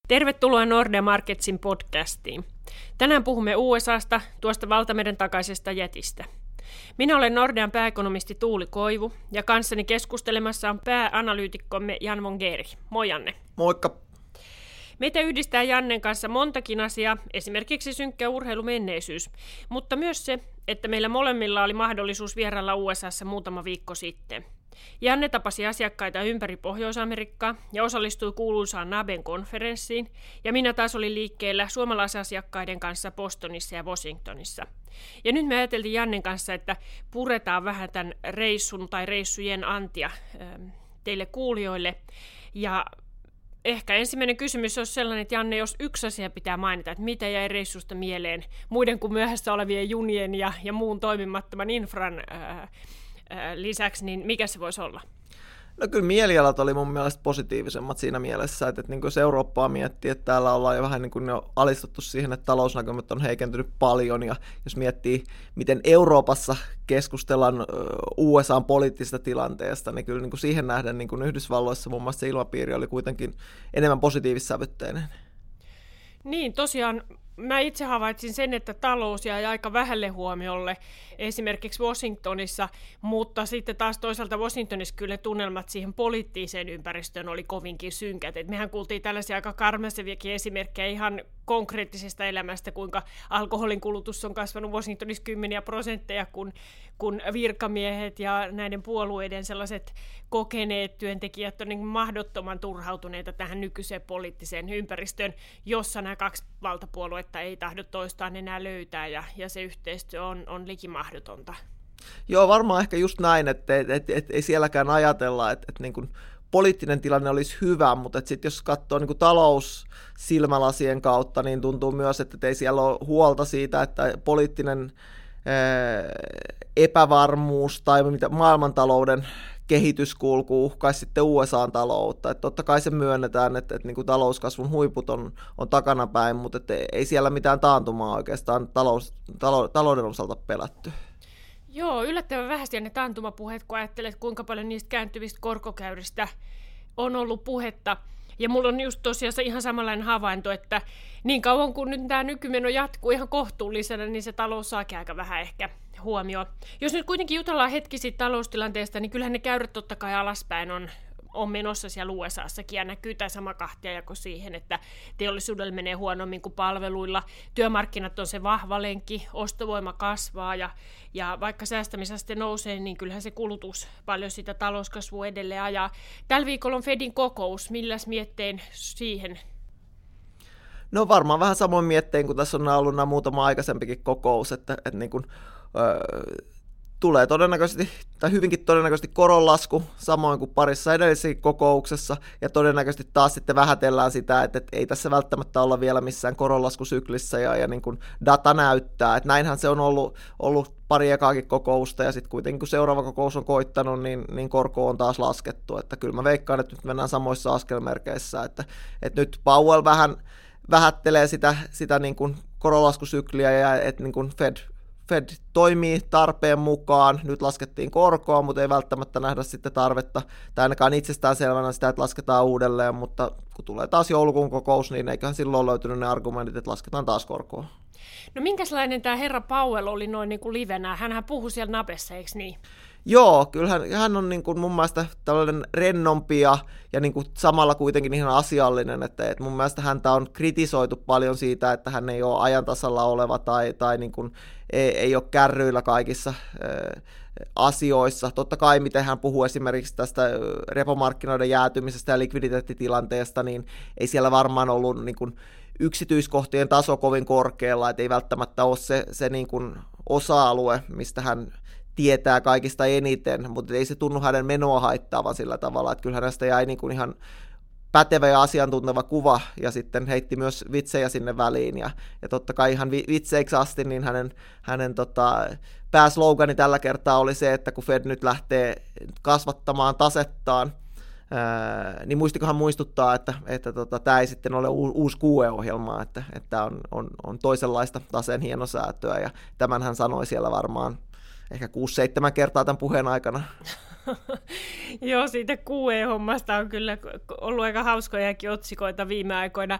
Tervetuloa Nordea Marketsin podcastiin. Tänään puhumme USAsta, tuosta valtameren takaisesta jätistä. Minä olen Nordean pääekonomisti Tuuli Koivu ja kanssani keskustelemassa on pääanalyytikkomme Jan von Geeri. Moi Janne. Moikka. Meitä yhdistää Jannen kanssa montakin asiaa, esimerkiksi synkkä urheilumenneisyys, mutta myös se, että meillä molemmilla oli mahdollisuus vierailla USAssa muutama viikko sitten. Janne tapasi asiakkaita ympäri Pohjois-Amerikkaa ja osallistui kuuluisaan NABEn konferenssiin, ja minä taas olin liikkeellä suomalaisasiakkaiden kanssa Bostonissa ja Washingtonissa. Ja nyt me ajateltiin Jannen kanssa, että puretaan vähän tämän reissun tai reissujen antia teille kuulijoille. Ja ehkä ensimmäinen kysymys olisi sellainen, että Janne, jos yksi asia pitää mainita, että mitä jäi reissusta mieleen muiden kuin myöhässä olevien junien ja muun toimimattoman infran lisäksi, niin mikä se voisi olla? No kyllä mielialat oli mun mielestä positiivisemmat siinä mielessä, että niin jos Eurooppaa miettii, että täällä ollaan jo vähän niin kuin jo alistuttu siihen, että talousnäkymät on heikentynyt paljon, ja jos miettii, miten Euroopassa keskustellaan USA:n poliittisesta tilanteesta, niin kyllä niin kuin siihen nähden niin kuin Yhdysvalloissa muun muassa se ilmapiiri oli kuitenkin enemmän positiivissävytteinen. Niin, tosiaan mä itse havaitsin sen, että talous jäi aika vähälle huomiolle esimerkiksi Washingtonissa, mutta sitten taas toisaalta Washingtonissa kyllä tunnelmat siihen poliittiseen ympäristöön oli kovinkin synkät. Et mehän kuultiin tällaisia aika karmaiseviakin esimerkkejä ihan konkreettisesta elämästä, kuinka alkoholin kulutus on kasvanut Washingtonissa 10%, kun virkamiehet ja näiden puolueiden sellaiset kokeneet työntekijät on niin mahdottoman turhautuneita tähän nykyiseen poliittiseen ympäristöön, jossa nämä kaksi valtapuoluetta ei tahdo toistaan enää löytää, ja se yhteistyö on liki mahdotonta. Joo, varmaan ehkä just näin, että ei sielläkään ajatella, että niin kuin poliittinen tilanne olisi hyvä, mutta sitten jos katsoo niin kuin taloussilmälasien kautta, niin tuntuu myös, että ei siellä ole huolta siitä, että poliittinen epävarmuus tai mitä maailmantalouden kehityskulku uhkaisi sitten USA:n taloutta. Että totta kai se myönnetään, että niin kuin talouskasvun huiput on takanapäin, mutta että ei siellä mitään taantumaa oikeastaan talouden osalta pelätty. Joo, yllättävän vähästi ne taantumapuheet, kun ajattelet, kuinka paljon niistä kääntyvistä korkokäyristä on ollut puhetta. Ja mulla on just tosiaan se ihan samanlainen havainto, että niin kauan kun nyt tämä nykymeno jatkuu ihan kohtuullisena, niin se talous saakin aika vähän ehkä huomioon. Jos nyt kuitenkin jutellaan hetki siitä taloustilanteesta, niin kyllähän ne käyrät totta kai alaspäin on menossa siellä USAssakin, ja näkyy tämä sama kahtiajako siihen, että teollisuudella menee huonommin kuin palveluilla, työmarkkinat on se vahva lenkki, ostovoima kasvaa, ja vaikka säästämisaste nousee, niin kyllähän se kulutus paljon sitä talouskasvua edelleen ajaa. Tällä viikolla on Fedin kokous, milläs miettein siihen? No varmaan vähän samoin miettein, kun tässä on ollut nämä muutama aikaisempikin kokous, että niin kuin, tulee todennäköisesti, tai hyvinkin todennäköisesti koronlasku, samoin kuin parissa edellisessä kokouksessa, ja todennäköisesti taas sitten vähätellään sitä, että ei tässä välttämättä olla vielä missään koronlaskusyklissä, ja niin kuin data näyttää, että näinhän se on ollut pari ekaakin kokousta, ja sitten kuitenkin kun seuraava kokous on koittanut, niin korko on taas laskettu, että kyllä mä veikkaan, että nyt mennään samoissa askelmerkeissä, että nyt Powell vähän vähättelee sitä niin kuin koronlaskusykliä, ja että niin kuin Fed toimii tarpeen mukaan, nyt laskettiin korkoa, mutta ei välttämättä nähdä sitten tarvetta, tai ainakaan itsestäänselvänä sitä, että lasketaan uudelleen, mutta kun tulee taas joulukuun kokous, niin eiköhän silloin löytynyt ne argumentit, että lasketaan taas korkoa. No minkälainen tämä herra Powell oli noin niin kuin livenä? Hänhän puhui siellä NABessa, eikö niin? Joo, kyllähän hän on niin kuin mun mielestä tällainen rennompi ja niin kuin samalla kuitenkin ihan asiallinen, että mun mielestä häntä on kritisoitu paljon siitä, että hän ei ole ajantasalla oleva tai niin kuin ei ole kärryillä kaikissa asioissa. Totta kai, miten hän puhuu esimerkiksi tästä repomarkkinoiden jäätymisestä ja likviditeettitilanteesta, niin ei siellä varmaan ollut niin kuin yksityiskohtien taso kovin korkealla, että ei välttämättä ole se niin kuin osa-alue, mistä hän tietää kaikista eniten, mutta ei se tunnu hänen menoa haittaavan sillä tavalla, että kyllä hänestä jäi niin kuin ihan pätevä ja asiantunteva kuva, ja sitten heitti myös vitsejä sinne väliin, ja totta kai ihan vitseiksi asti, niin hänen pääslogani tällä kertaa oli se, että kun Fed nyt lähtee kasvattamaan tasettaan, niin muistikohan muistuttaa, että tämä ei sitten ole uusi QE-ohjelma, että on toisenlaista taseen hienosäätöä, ja tämän hän sanoi siellä varmaan ehkä 6-7 kertaa tämän puheen aikana. Joo, siitä QE-hommasta on kyllä ollut aika hauskojakin otsikoita viime aikoina.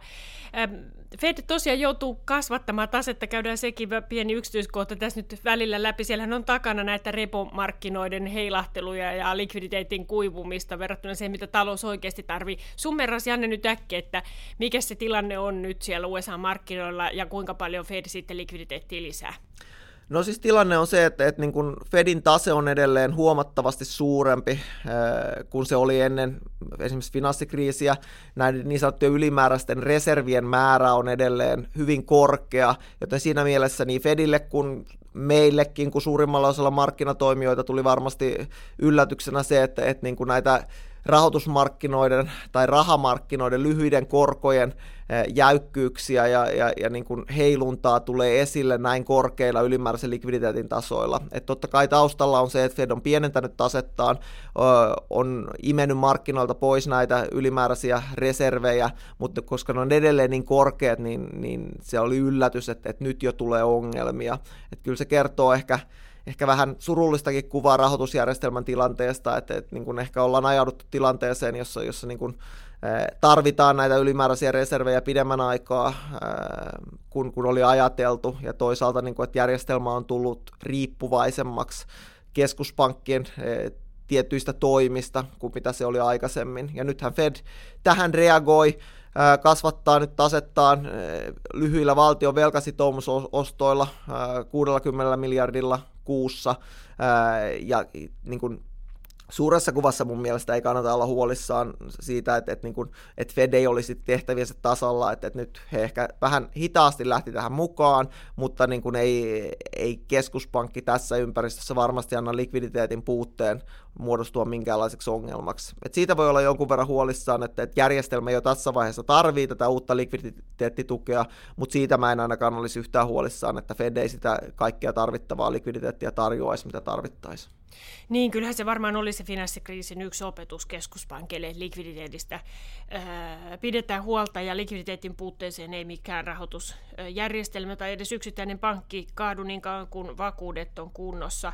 Fed tosiaan joutuu kasvattamaan tasetta, käydään sekin pieni yksityiskohta tässä nyt välillä läpi. Siellähän on takana näitä repomarkkinoiden heilahteluja ja likviditeetin kuivumista verrattuna siihen, mitä talous oikeasti tarvitsee. Summerasi Janne nyt äkkiä, että mikä se tilanne on nyt siellä USA-markkinoilla ja kuinka paljon Fed sitten likviditeettiä lisää? No siis tilanne on se, että niin kuin Fedin tase on edelleen huomattavasti suurempi kuin se oli ennen esimerkiksi finanssikriisiä. Näiden niin sanottujen ylimääräisten reservien määrä on edelleen hyvin korkea, joten siinä mielessä niin Fedille kuin meillekin, kun suurimmalla osalla markkinatoimijoita tuli varmasti yllätyksenä se, että niin kuin näitä rahoitusmarkkinoiden tai rahamarkkinoiden lyhyiden korkojen jäykkyyksiä ja niin kuin heiluntaa tulee esille näin korkeilla ylimääräisen likviditeetin tasoilla. Et totta kai taustalla on se, että Fed on pienentänyt tasettaan, on imennyt markkinoilta pois näitä ylimääräisiä reservejä, mutta koska ne on edelleen niin korkeat, niin se oli yllätys, että nyt jo tulee ongelmia. Et kyllä se kertoo ehkä vähän surullistakin kuvaa rahoitusjärjestelmän tilanteesta, että niin kuin ehkä ollaan ajauduttu tilanteeseen, jossa niin kuin tarvitaan näitä ylimääräisiä reservejä pidemmän aikaa, kun oli ajateltu, ja toisaalta, niin kuin, että järjestelmä on tullut riippuvaisemmaksi keskuspankkien tietyistä toimista kuin mitä se oli aikaisemmin. Ja nythän Fed tähän reagoi, kasvattaa nyt tasettaan lyhyillä valtion velkasitoumusostoilla 60 miljardilla kuussa, ja niin kuin suuressa kuvassa mun mielestä ei kannata olla huolissaan siitä, että Fed ei olisi tehtäviensä tasalla, että nyt he ehkä vähän hitaasti lähti tähän mukaan, mutta niin kuin ei keskuspankki tässä ympäristössä varmasti anna likviditeetin puutteen muodostua minkäänlaiseksi ongelmaksi. Et siitä voi olla jonkun verran huolissaan, että järjestelmä jo tässä vaiheessa tarvii tätä uutta likviditeettitukea, mutta siitä mä en ainakaan olisi yhtään huolissaan, että Fed ei sitä kaikkea tarvittavaa likviditeettiä tarjoaisi, mitä tarvittaisiin. Niin, kyllähän se varmaan oli se finanssikriisin yksi opetus keskuspankille, likviditeetistä pidetään huolta ja likviditeetin puutteeseen ei mikään rahoitusjärjestelmä tai edes yksittäinen pankki kaadu niin kauan kuin vakuudet on kunnossa.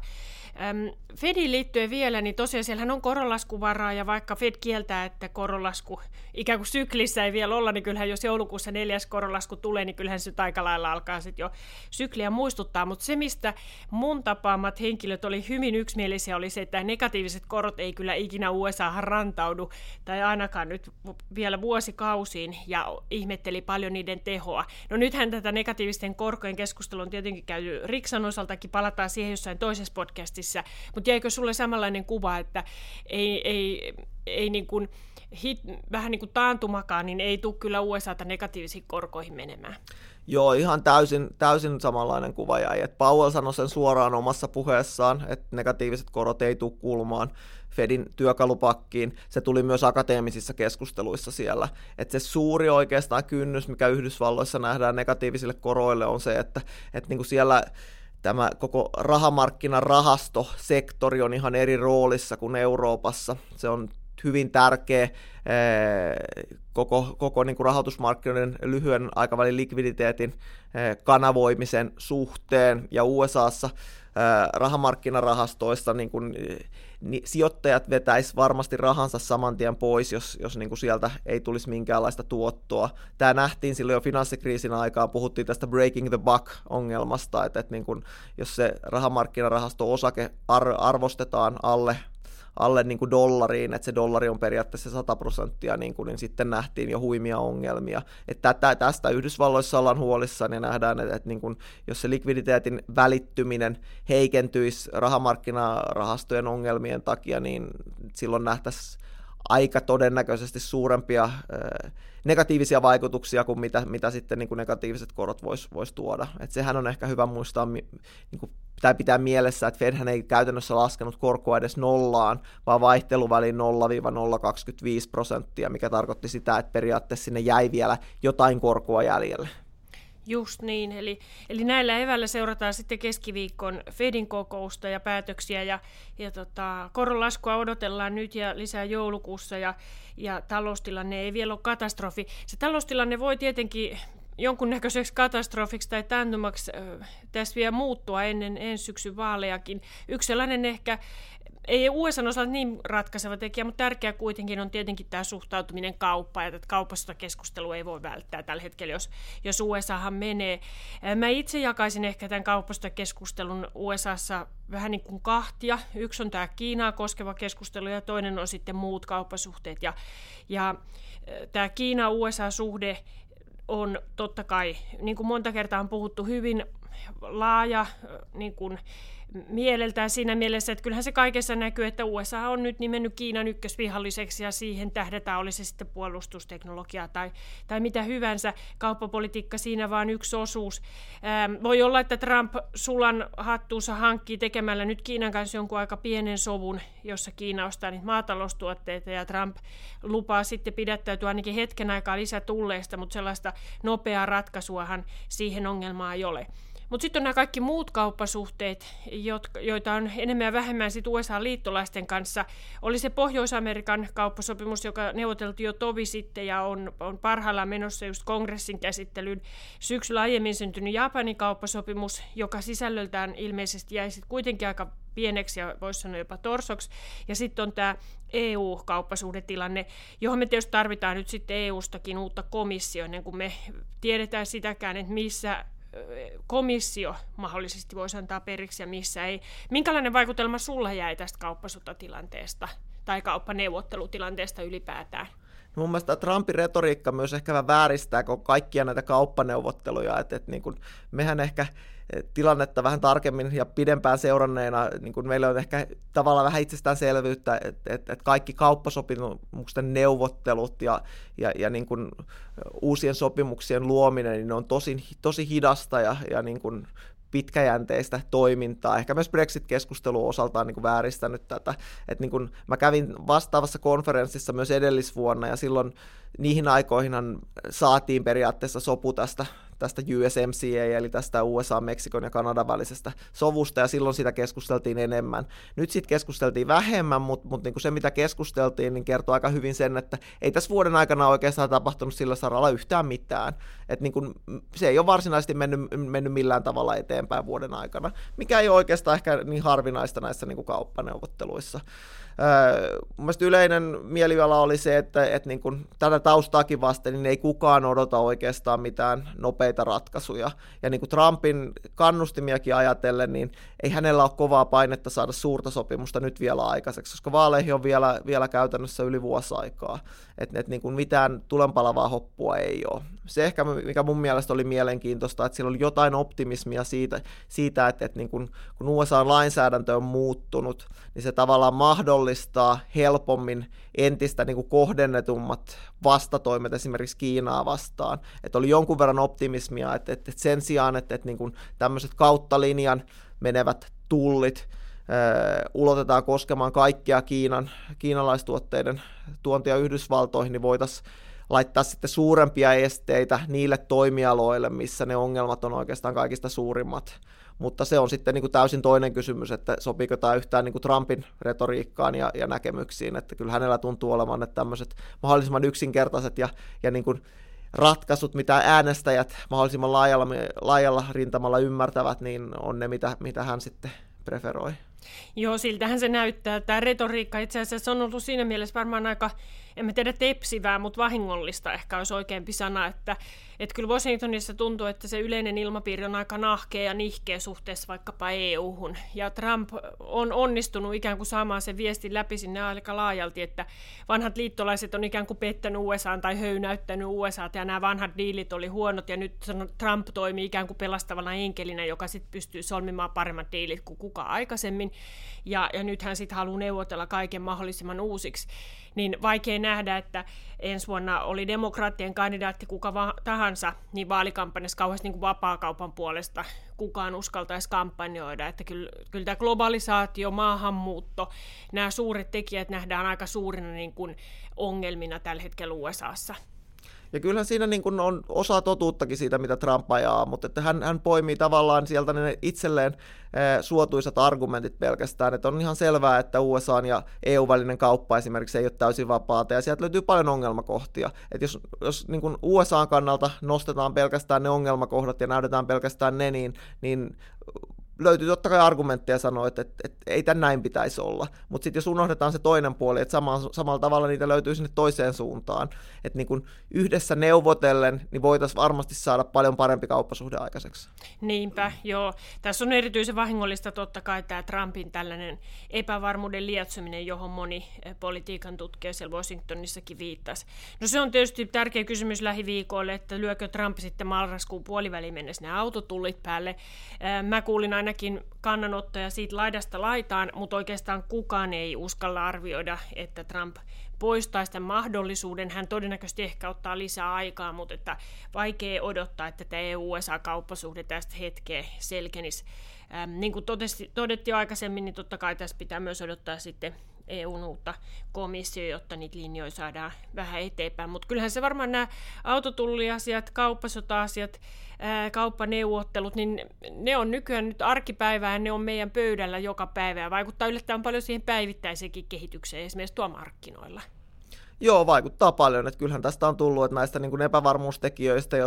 Fedin liittyen vielä, niin tosiaan siellähän on koronlaskuvaraa ja vaikka Fed kieltää, että koronlasku ikään kuin syklissä ei vielä olla, niin kyllähän jos joulukuussa 4. koronlasku tulee, niin kyllähän se aika lailla alkaa sitten jo sykliä muistuttaa, mutta se mistä mun tapaamat henkilöt oli hyvin yksimielisiä oli se, että negatiiviset korot ei kyllä ikinä USAhan rantaudu tai ainakaan nyt vielä vuosikausiin ja ihmetteli paljon niiden tehoa. No nythän tätä negatiivisten korkojen keskustelua on tietenkin käyty Riksan osaltakin, palataan siihen jossain toisessa podcastissa, mutta jäikö sulle samanlainen kuva, että ei niin kuin vähän niin kuin taantumakaan, niin ei tule kyllä USAta negatiivisiin korkoihin menemään. Joo, ihan täysin samanlainen kuva jäi. Et Powell sanoi sen suoraan omassa puheessaan, että negatiiviset korot ei tule kuulumaan Fedin työkalupakkiin. Se tuli myös akateemisissa keskusteluissa siellä. Et se suuri oikeastaan kynnys, mikä Yhdysvalloissa nähdään negatiivisille koroille, on se, että niin kuin siellä tämä koko rahamarkkinarahastosektori on ihan eri roolissa kuin Euroopassa. Se on hyvin tärkeä koko niin kuin rahoitusmarkkinoiden lyhyen aikavälin likviditeetin kanavoimisen suhteen, ja USAssa rahamarkkinarahastoista niin sijoittajat vetäisi varmasti rahansa saman tien pois, jos niin kuin sieltä ei tulisi minkäänlaista tuottoa. Tämä nähtiin silloin jo finanssikriisin aikaan, puhuttiin tästä breaking the buck-ongelmasta, että niin kuin, jos se rahamarkkinarahasto-osake arvostetaan alle niin kuin dollariin, että se dollari on periaatteessa 100%, niin sitten nähtiin jo huimia ongelmia. Että tästä Yhdysvalloissa ollaan huolissaan ja nähdään, että niin kuin, jos se likviditeetin välittyminen heikentyisi rahamarkkinarahastojen ongelmien takia, niin silloin nähtäisiin aika todennäköisesti suurempia negatiivisia vaikutuksia kuin mitä sitten niin kuin negatiiviset korot vois tuoda. Et sehän on ehkä hyvä muistaa, niin kuin, tai pitää mielessä, että Fedhän ei käytännössä laskenut korkoa edes nollaan, vaan vaihteluväliin 0-0,25%, mikä tarkoitti sitä, että periaatteessa sinne jäi vielä jotain korkoa jäljelle. Just niin, eli näillä eväillä seurataan sitten keskiviikon Fedin kokousta ja päätöksiä, ja koronlaskua odotellaan nyt ja lisää joulukuussa, ja taloustilanne ei vielä ole katastrofi. Se taloustilanne voi tietenkin jonkunnäköiseksi katastrofiksi tai taantumaksi tässä vielä muuttua ennen syksyn vaalejakin. Yksi sellainen ehkä, ei USA:n osalta niin ratkaiseva tekijä, mutta tärkeä kuitenkin on tietenkin tämä suhtautuminen kauppaan, ja kaupasta keskustelua ei voi välttää tällä hetkellä, jos USAhan menee. Mä itse jakaisin ehkä tämän kaupasta keskustelun USAssa vähän niin kuin kahtia. Yksi on tämä Kiinaa koskeva keskustelu ja toinen on sitten muut kauppasuhteet. Ja tämä Kiina-USA-suhde on totta kai, niin kuin monta kertaa on puhuttu, hyvin laaja niin kuin mieleltään siinä mielessä, että kyllähän se kaikessa näkyy, että USA on nyt nimennyt Kiinan ykkösviholliseksi ja siihen tähdätään, oli se sitten puolustusteknologia tai mitä hyvänsä. Kauppapolitiikka siinä vaan yksi osuus. Voi olla, että Trump sulan hattuunsa hankkii tekemällä nyt Kiinan kanssa jonkun aika pienen sovun, jossa Kiina ostaa niitä maataloustuotteita ja Trump lupaa sitten pidättäytyä ainakin hetken aikaa lisätulleista, mutta sellaista nopeaa ratkaisuahan siihen ongelmaan ei ole. Mutta sitten on nämä kaikki muut kauppasuhteet, joita on enemmän ja vähemmän sit USA-liittolaisten kanssa. Oli se Pohjois-Amerikan kauppasopimus, joka neuvoteltiin jo tovi sitten ja on parhaillaan menossa just kongressin käsittelyyn. Syksyllä aiemmin syntynyt Japanin kauppasopimus, joka sisällöltään ilmeisesti jäi sitten kuitenkin aika pieneksi ja voisi sanoa jopa torsoksi. Ja sitten on tämä EU-kauppasuhdetilanne, johon me tietysti tarvitaan nyt sitten EU-stakin uutta komissioa, ennen kuin me tiedetään sitäkään, että missä komissio mahdollisesti voisi antaa periksi ja missä ei. Minkälainen vaikutelma sulla jäi tästä kauppasotatilanteesta tai kauppaneuvottelutilanteesta ylipäätään? Mun mielestä Trumpin retoriikka myös ehkä vähän vääristää kaikkia näitä kauppaneuvotteluja, että niin kuin mehän ehkä tilannetta vähän tarkemmin ja pidempään seuranneena, niin kuin meillä on ehkä tavallaan vähän itsestäänselvyyttä, että kaikki kauppasopimusten neuvottelut ja niin kuin uusien sopimuksien luominen, niin ne on tosi hidasta ja niin kuin pitkäjänteistä toimintaa. Ehkä myös Brexit-keskustelu osaltaan niin kuin vääristänyt tätä. Että niin kuin mä kävin vastaavassa konferenssissa myös edellisvuonna, ja silloin niihin aikoihinhan saatiin periaatteessa sopu tästä USMCA, eli tästä USA, Meksikon ja Kanadan välisestä sovusta, ja silloin sitä keskusteltiin enemmän. Nyt siitä keskusteltiin vähemmän, mutta niin kuin se, mitä keskusteltiin, niin kertoo aika hyvin sen, että ei tässä vuoden aikana oikeastaan tapahtunut sillä saralla yhtään mitään. Että niin kuin se ei ole varsinaisesti mennyt millään tavalla eteenpäin vuoden aikana, mikä ei ole oikeastaan ehkä niin harvinaista näissä niin kuin kauppaneuvotteluissa. Mun mielestä yleinen mieliala oli se, että niin kuin tätä taustaakin vasten niin ei kukaan odota oikeastaan mitään nopeita ratkaisuja. Ja niin kuin Trumpin kannustimiakin ajatellen, niin ei hänellä ole kovaa painetta saada suurta sopimusta nyt vielä aikaiseksi, koska vaaleihin on vielä käytännössä yli vuosi aikaa. Että niin kuin mitään tulenpalavaa hoppua ei ole. Se ehkä, mikä mun mielestä oli mielenkiintoista, että siellä oli jotain optimismia siitä että niin kun USA-lainsäädäntö on muuttunut, niin se tavallaan mahdollistaa helpommin entistä niin kuin kohdennetummat vastatoimet esimerkiksi Kiinaa vastaan. Että oli jonkun verran optimismia, että sen sijaan, että niin kuin tämmöiset kautta linjan menevät tullit ulotetaan koskemaan kaikkia kiinalaistuotteiden tuontia Yhdysvaltoihin, niin voitaisiin laittaa sitten suurempia esteitä niille toimialoille, missä ne ongelmat on oikeastaan kaikista suurimmat. Mutta se on sitten niin kuin täysin toinen kysymys, että sopiiko tämä yhtään niin kuin Trumpin retoriikkaan ja näkemyksiin, että kyllä hänellä tuntuu olevan, että tämmöiset mahdollisimman yksinkertaiset ja niin kuin ratkaisut, mitä äänestäjät mahdollisimman laajalla rintamalla ymmärtävät, niin on ne, mitä hän sitten preferoi. Joo, siltähän se näyttää. Tämä retoriikka itse asiassa on ollut siinä mielessä varmaan aika, en tiedä tepsivää, mutta vahingollista ehkä olisi oikeampi sana, että kyllä Washingtonissa tuntuu, että se yleinen ilmapiiri on aika nahkea ja nihkeä suhteessa vaikkapa EU-hun. Ja Trump on onnistunut ikään kuin saamaan sen viestin läpi sinne aika laajalti, että vanhat liittolaiset on ikään kuin pettänyt USA:n tai höynäyttänyt USA:ta ja nämä vanhat diilit oli huonot ja nyt Trump toimii ikään kuin pelastavana enkelinä, joka sitten pystyy solmimaan paremmat diilit kuin kukaan aikaisemmin. Ja nyt hän sitten haluaa neuvotella kaiken mahdollisimman uusiksi. Niin vaikea nähdä, että ensi vuonna oli demokraattien kandidaatti kuka tahansa, niin vaalikampanjassa kauheasti niin kuin vapaakaupan puolesta kukaan uskaltaisi kampanjoida. Että kyllä tämä globalisaatio, maahanmuutto, nämä suuret tekijät nähdään aika suurina niin kuin ongelmina tällä hetkellä USA:ssa. Ja kyllähän siinä niin kuin on osa totuuttakin siitä, mitä Trump ajaa, mutta että hän poimii tavallaan sieltä ne itselleen suotuisat argumentit pelkästään, että on ihan selvää, että USA ja EU-välinen kauppa esimerkiksi ei ole täysin vapaata, ja sieltä löytyy paljon ongelmakohtia. Että jos niin kuin USA:n kannalta nostetaan pelkästään ne ongelmakohdat ja näytetään pelkästään ne, niin löytyy totta kai argumentteja sanoa, että ei tämän näin pitäisi olla, mutta sitten jos unohdetaan se toinen puoli, että samalla tavalla niitä löytyy sinne toiseen suuntaan, että niin kun yhdessä neuvotellen, niin voitaisiin varmasti saada paljon parempi kauppasuhde aikaiseksi. Niinpä, joo. Tässä on erityisen vahingollista totta kai tämä Trumpin tällainen epävarmuuden lietsominen, johon moni politiikan tutkija siellä Washingtonissakin viittasi. No se on tietysti tärkeä kysymys lähiviikoille, että lyökö Trump sitten marraskuun puoliväliin mennessä ne autotullit päälle. Mä kuulin ainakin kannanottoja siitä laidasta laitaan, mutta oikeastaan kukaan ei uskalla arvioida, että Trump poistaisi tämän mahdollisuuden. Hän todennäköisesti ehkä ottaa lisää aikaa, mutta että vaikea odottaa, että tämä EU-USA-kauppasuhde tästä hetkeä selkenisi. Niin kuin todettiin aikaisemmin, niin totta kai tässä pitää myös odottaa sitten EU:n uutta komissiota, jotta niitä linjoja saadaan vähän eteenpäin. Mutta kyllähän se varmaan nämä autotulliasiat, kauppasota-asiat, kauppaneuvottelut, niin ne on nykyään nyt arkipäivää ja ne on meidän pöydällä joka päivä ja vaikuttaa yllättävän paljon siihen päivittäiseenkin kehitykseen esimerkiksi tuolla markkinoilla. Joo, vaikuttaa paljon. Että kyllähän tästä on tullut, että näistä niin kuin epävarmuustekijöistä,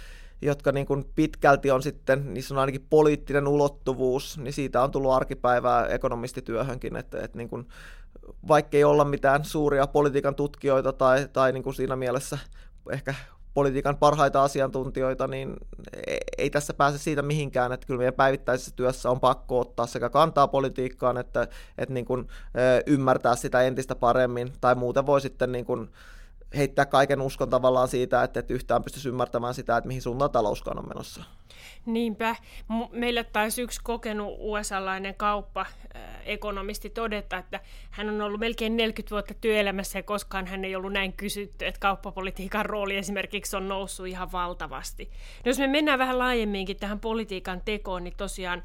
jotka niin kuin pitkälti on sitten, niissä on ainakin poliittinen ulottuvuus, niin siitä on tullut arkipäivää ekonomistityöhönkin, että niin kuin, vaikka ei olla mitään suuria politiikan tutkijoita tai niin kuin siinä mielessä ehkä politiikan parhaita asiantuntijoita, niin ei tässä pääse siitä mihinkään, että kyllä meidän päivittäisessä työssä on pakko ottaa sekä kantaa politiikkaan, että niin kuin, ymmärtää sitä entistä paremmin, tai muuten voi sitten niin kuin heittää kaiken uskon tavallaan siitä, että yhtään pystyisi ymmärtämään sitä, että mihin suuntaan talouskaan on menossa. Niinpä. Meille taisi yksi kokenut USA-lainen kauppaekonomisti todeta, että hän on ollut melkein 40 vuotta työelämässä ja koskaan hän ei ollut näin kysytty, että kauppapolitiikan rooli esimerkiksi on noussut ihan valtavasti. No jos me mennään vähän laajemminkin tähän politiikan tekoon, niin tosiaan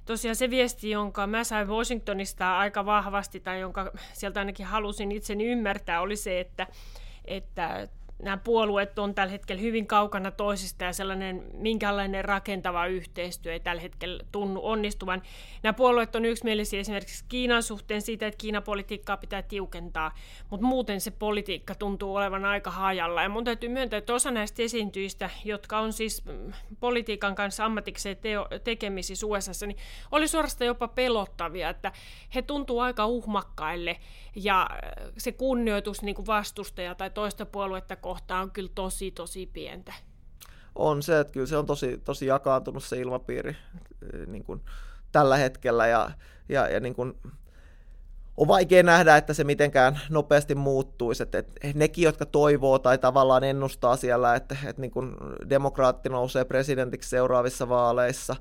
se viesti, jonka mä sain Washingtonista aika vahvasti, tai jonka sieltä ainakin halusin itseni ymmärtää, oli se, että nämä puolueet on tällä hetkellä hyvin kaukana toisista ja sellainen minkälainen rakentava yhteistyö ei tällä hetkellä tunnu onnistuvan. Nämä puolueet on yksimielisiä esimerkiksi Kiinan suhteen siitä, että Kiinan politiikkaa pitää tiukentaa, mutta muuten se politiikka tuntuu olevan aika hajalla. Ja mun täytyy myöntää, että osa näistä esiintyjistä, jotka on siis politiikan kanssa ammatikseen tekemisissä USAssa, niin oli suorastaan jopa pelottavia, että he tuntuu aika uhmakkaille ja se kunnioitus niin kuin vastustaja tai toista puoluetta kohtaan on kyllä tosi pientä. On se, että kyllä se on tosi jakaantunut se ilmapiiri niin kuin tällä hetkellä ja niin kuin on vaikea nähdä, että se mitenkään nopeasti muuttuisi. Että nekin, jotka toivoo tai tavallaan ennustaa siellä, että niin kuin demokraatti nousee presidentiksi seuraavissa vaaleissa,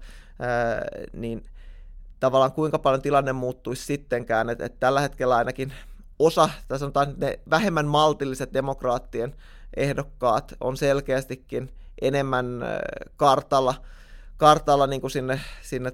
niin tavallaan kuinka paljon tilanne muuttuisi sittenkään. Että tällä hetkellä ainakin osa, tai sanotaan ne vähemmän maltilliset demokraattien ehdokkaat on selkeästikin enemmän kartalla niin kuin sinne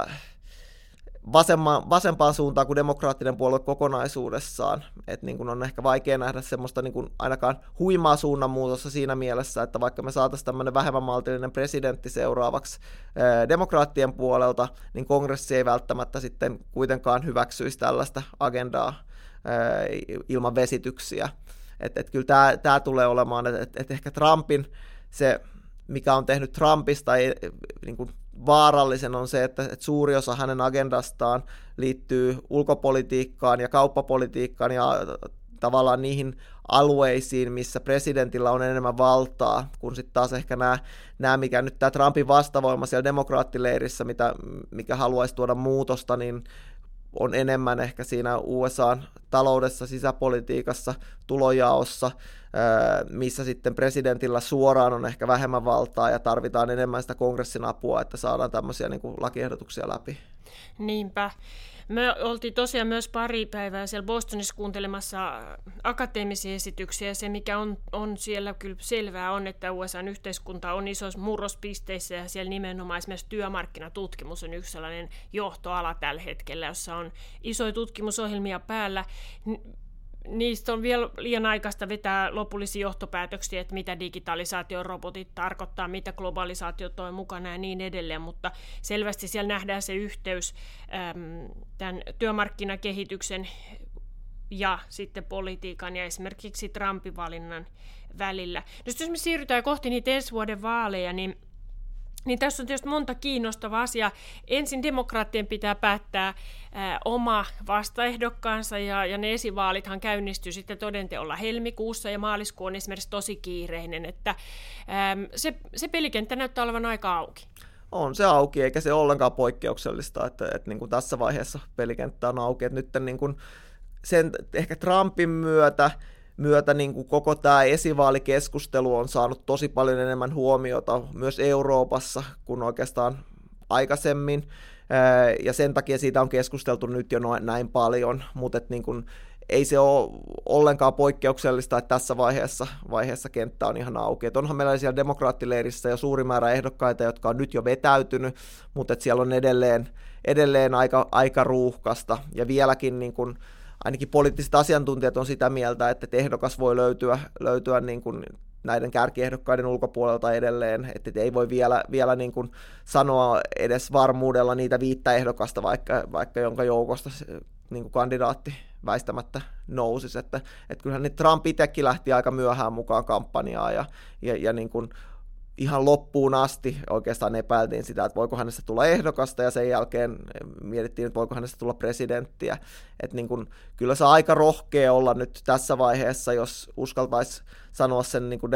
vasempaan suuntaan kuin demokraattinen puolue kokonaisuudessaan. Et niin kuin on ehkä vaikea nähdä semmoista niin kuin ainakaan huimaa suunnanmuutosta siinä mielessä, että vaikka me saataisiin tämmöinen vähemmän maltillinen presidentti seuraavaksi demokraattien puolelta, niin kongressi ei välttämättä sitten kuitenkaan hyväksyisi tällaista agendaa ilman vesityksiä. Et kyllä tämä tulee olemaan, että ehkä Trumpin se, mikä on tehnyt Trumpista niin kuin vaarallisen on se, että suuri osa hänen agendastaan liittyy ulkopolitiikkaan ja kauppapolitiikkaan ja tavallaan niihin alueisiin, missä presidentillä on enemmän valtaa, kun sitten taas ehkä nämä mikä nyt tämä Trumpin vastavoima siellä demokraattileirissä, mikä haluaisi tuoda muutosta, niin on enemmän ehkä siinä USA:n taloudessa, sisäpolitiikassa, tulojaossa, missä sitten presidentillä suoraan on ehkä vähemmän valtaa ja tarvitaan enemmän sitä kongressin apua, että saadaan tämmöisiä niin kuin lakiehdotuksia läpi. Niinpä. Me oltiin tosiaan myös pari päivää siellä Bostonissa kuuntelemassa akateemisia esityksiä. Se, mikä on siellä kyllä selvää, on, että USA:n yhteiskunta on isoissa murrospisteissä ja siellä nimenomaan esimerkiksi työmarkkinatutkimus on yksi sellainen johtoala tällä hetkellä, jossa on isoja tutkimusohjelmia päällä. niistä on vielä liian aikaista vetää lopullisia johtopäätöksiä, että mitä digitalisaatio, robotit tarkoittaa, mitä globalisaatio toi mukana ja niin edelleen, mutta selvästi siellä nähdään se yhteys tämän työmarkkinakehityksen ja sitten politiikan ja esimerkiksi Trumpin valinnan välillä. Jos me siirrytään kohti niitä ensi vuoden vaaleja, niin tässä on tietysti monta kiinnostavaa asiaa. Ensin demokraattien pitää päättää oma vastaehdokkaansa, ja ne esivaalithan käynnistyy sitten todenteolla helmikuussa, ja maaliskuu on esimerkiksi tosi kiireinen, että se pelikenttä näyttää olevan aika auki. On se auki, eikä se ole ollenkaan poikkeuksellista, että niin kuin tässä vaiheessa pelikenttä on auki, että nyt niin kuin sen ehkä Trumpin myötä niin kuin koko tämä esivaalikeskustelu on saanut tosi paljon enemmän huomiota myös Euroopassa kuin oikeastaan aikaisemmin, ja sen takia siitä on keskusteltu nyt jo näin paljon, mutta niin kuin ei se ole ollenkaan poikkeuksellista, että tässä vaiheessa kenttä on ihan auki. Et onhan meillä siellä demokraattileirissä jo suuri määrä ehdokkaita, jotka on nyt jo vetäytynyt, mutta siellä on edelleen aika ruuhkasta, ja vieläkin niin kuin ainakin poliittiset asiantuntijat on sitä mieltä, että ehdokas voi löytyä niin kuin näiden kärkiehdokkaiden ulkopuolelta edelleen, että ei voi vielä niin kuin sanoa edes varmuudella niitä 5 ehdokasta, vaikka jonka joukosta niin kuin kandidaatti väistämättä nousisi. Että kyllähän niin Trump itsekin lähti aika myöhään mukaan kampanjaan ja niin kuin ihan loppuun asti oikeastaan epäiltiin sitä, että voiko hänestä tulla ehdokasta, ja sen jälkeen mietittiin, että voiko hänestä tulla presidenttiä. Että niin kun, kyllä se aika rohkea olla nyt tässä vaiheessa, jos uskaltaisi sanoa sen niin kun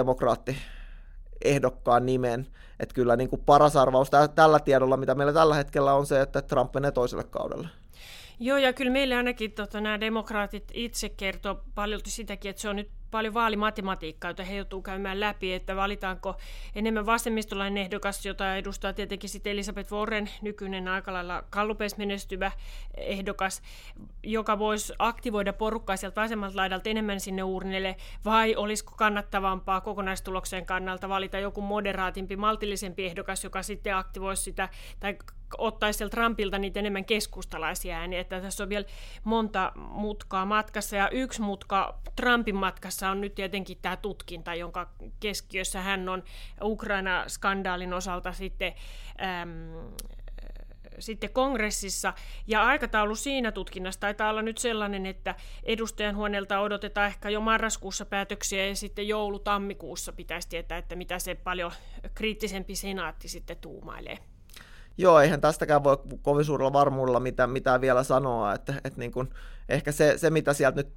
demokraattiehdokkaan nimen. Että kyllä niin kun paras arvaus tällä tiedolla, mitä meillä tällä hetkellä on se, että Trump menee toiselle kaudelle. Joo, ja kyllä meillä ainakin nämä demokraatit itse kertoo paljolti sitäkin, että se on nyt paljon vaalimatematiikkaa, jota he joutuu käymään läpi, että valitaanko enemmän vasemmistolainen ehdokas, jota edustaa tietenkin sitten Elizabeth Warren, nykyinen aika lailla gallupeissa menestyvä ehdokas, joka voisi aktivoida porukkaa sieltä vasemmalta laidalta enemmän sinne uurnille, vai olisiko kannattavampaa kokonaistuloksen kannalta valita joku moderaatimpi, maltillisempi ehdokas, joka sitten aktivoisi sitä, tai ottaisi sieltä Trumpilta niitä enemmän keskustalaisia ääniä, että tässä on vielä monta mutkaa matkassa, ja yksi mutka Trumpin matkassa on nyt tietenkin tämä tutkinta, jonka keskiössä hän on Ukraina-skandaalin osalta sitten kongressissa, ja aikataulu siinä tutkinnassa taitaa olla nyt sellainen, että edustajanhuoneelta odotetaan ehkä jo marraskuussa päätöksiä, ja sitten joulu-tammikuussa pitäisi tietää, että mitä se paljon kriittisempi senaatti sitten tuumailee. Joo, eihän tästäkään voi kovin suurella varmuudella mitään vielä sanoa, että niin kuin, ehkä se, mitä sieltä nyt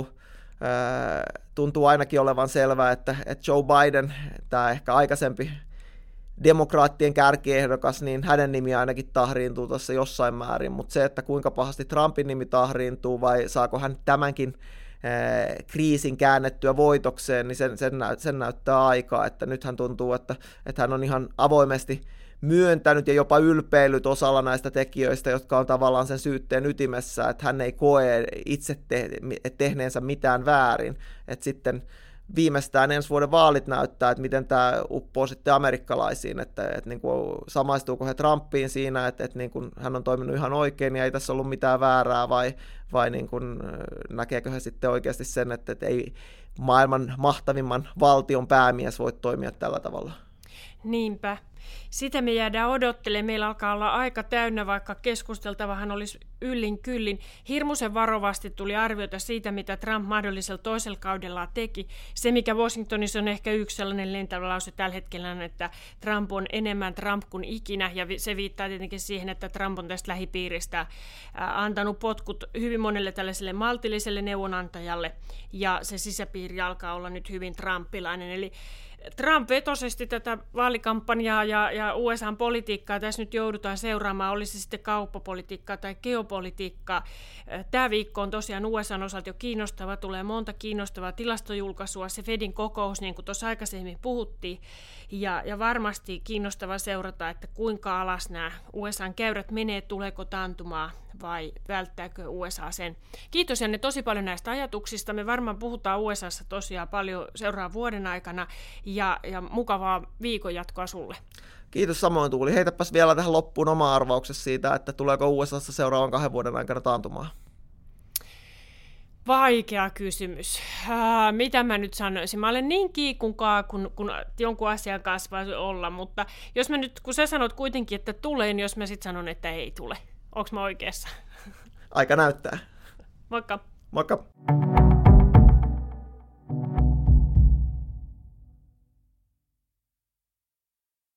tuntuu ainakin olevan selvää, että Joe Biden, tämä ehkä aikaisempi demokraattien kärkiehdokas, niin hänen nimi ainakin tahriintuu tuossa jossain määrin, mutta se, että kuinka pahasti Trumpin nimi tahriintuu vai saako hän tämänkin kriisin käännettyä voitokseen, niin sen näyttää aikaa, että nythän tuntuu, että hän on ihan avoimesti myöntänyt ja jopa ylpeillyt osalla näistä tekijöistä, jotka on tavallaan sen syytteen ytimessä, että hän ei koe itse tehneensä mitään väärin. Että sitten viimeistään ensi vuoden vaalit näyttää, että miten tämä uppoo sitten amerikkalaisiin, että niin kuin samaistuuko he Trumpiin siinä, että niin kuin hän on toiminut ihan oikein ja ei tässä ollut mitään väärää, vai niin kuin näkeekö he sitten oikeasti sen, että ei maailman mahtavimman valtion päämies voi toimia tällä tavalla. Niinpä. Sitä me jäädään odottelemaan. Meillä alkaa olla aika täynnä, vaikka keskusteltavahan olisi yllin kyllin. Hirmuisen varovasti tuli arvioita siitä, mitä Trump mahdollisella toisella kaudella teki. Se, mikä Washingtonissa on ehkä yksi sellainen lentävä lause tällä hetkellä, on, että Trump on enemmän Trump kuin ikinä, ja se viittaa tietenkin siihen, että Trump on tästä lähipiiristä antanut potkut hyvin monelle tällaiselle maltilliselle neuvonantajalle, ja se sisäpiiri alkaa olla nyt hyvin trumpilainen. Eli Trump vetoisesti tätä vaalikampanjaa ja USA-politiikkaa tässä nyt joudutaan seuraamaan, olisi sitten kauppapolitiikkaa tai geopolitiikkaa. Tämä viikko on tosiaan USA:n osalta jo kiinnostava, tulee monta kiinnostavaa tilastojulkaisua, se Fedin kokous, niin kuin tuossa aikaisemmin puhuttiin, ja varmasti kiinnostava seurata, että kuinka alas nämä USA:n käyrät menee, tuleeko taantumaa vai välttääkö USA sen. Kiitos Janne tosi paljon näistä ajatuksista. Me varmaan puhutaan USAssa tosiaan paljon seuraavan vuoden aikana, ja mukavaa viikon jatkoa sulle. Kiitos samoin Tuuli. Heitäpäs vielä tähän loppuun oma arvauksesi siitä, että tuleeko USAssa seuraavan 2 vuoden aikana taantumaa. Vaikea kysymys. Mitä mä nyt sanoisin? Mä olen niin kiikunkaa, kun jonkun asian kanssa voi olla, mutta jos mä nyt, kun sä sanot kuitenkin, että tulee, niin jos mä sitten sanon, että ei tule. Onko mä oikeassa? Aika näyttää. Moikka. Moikka.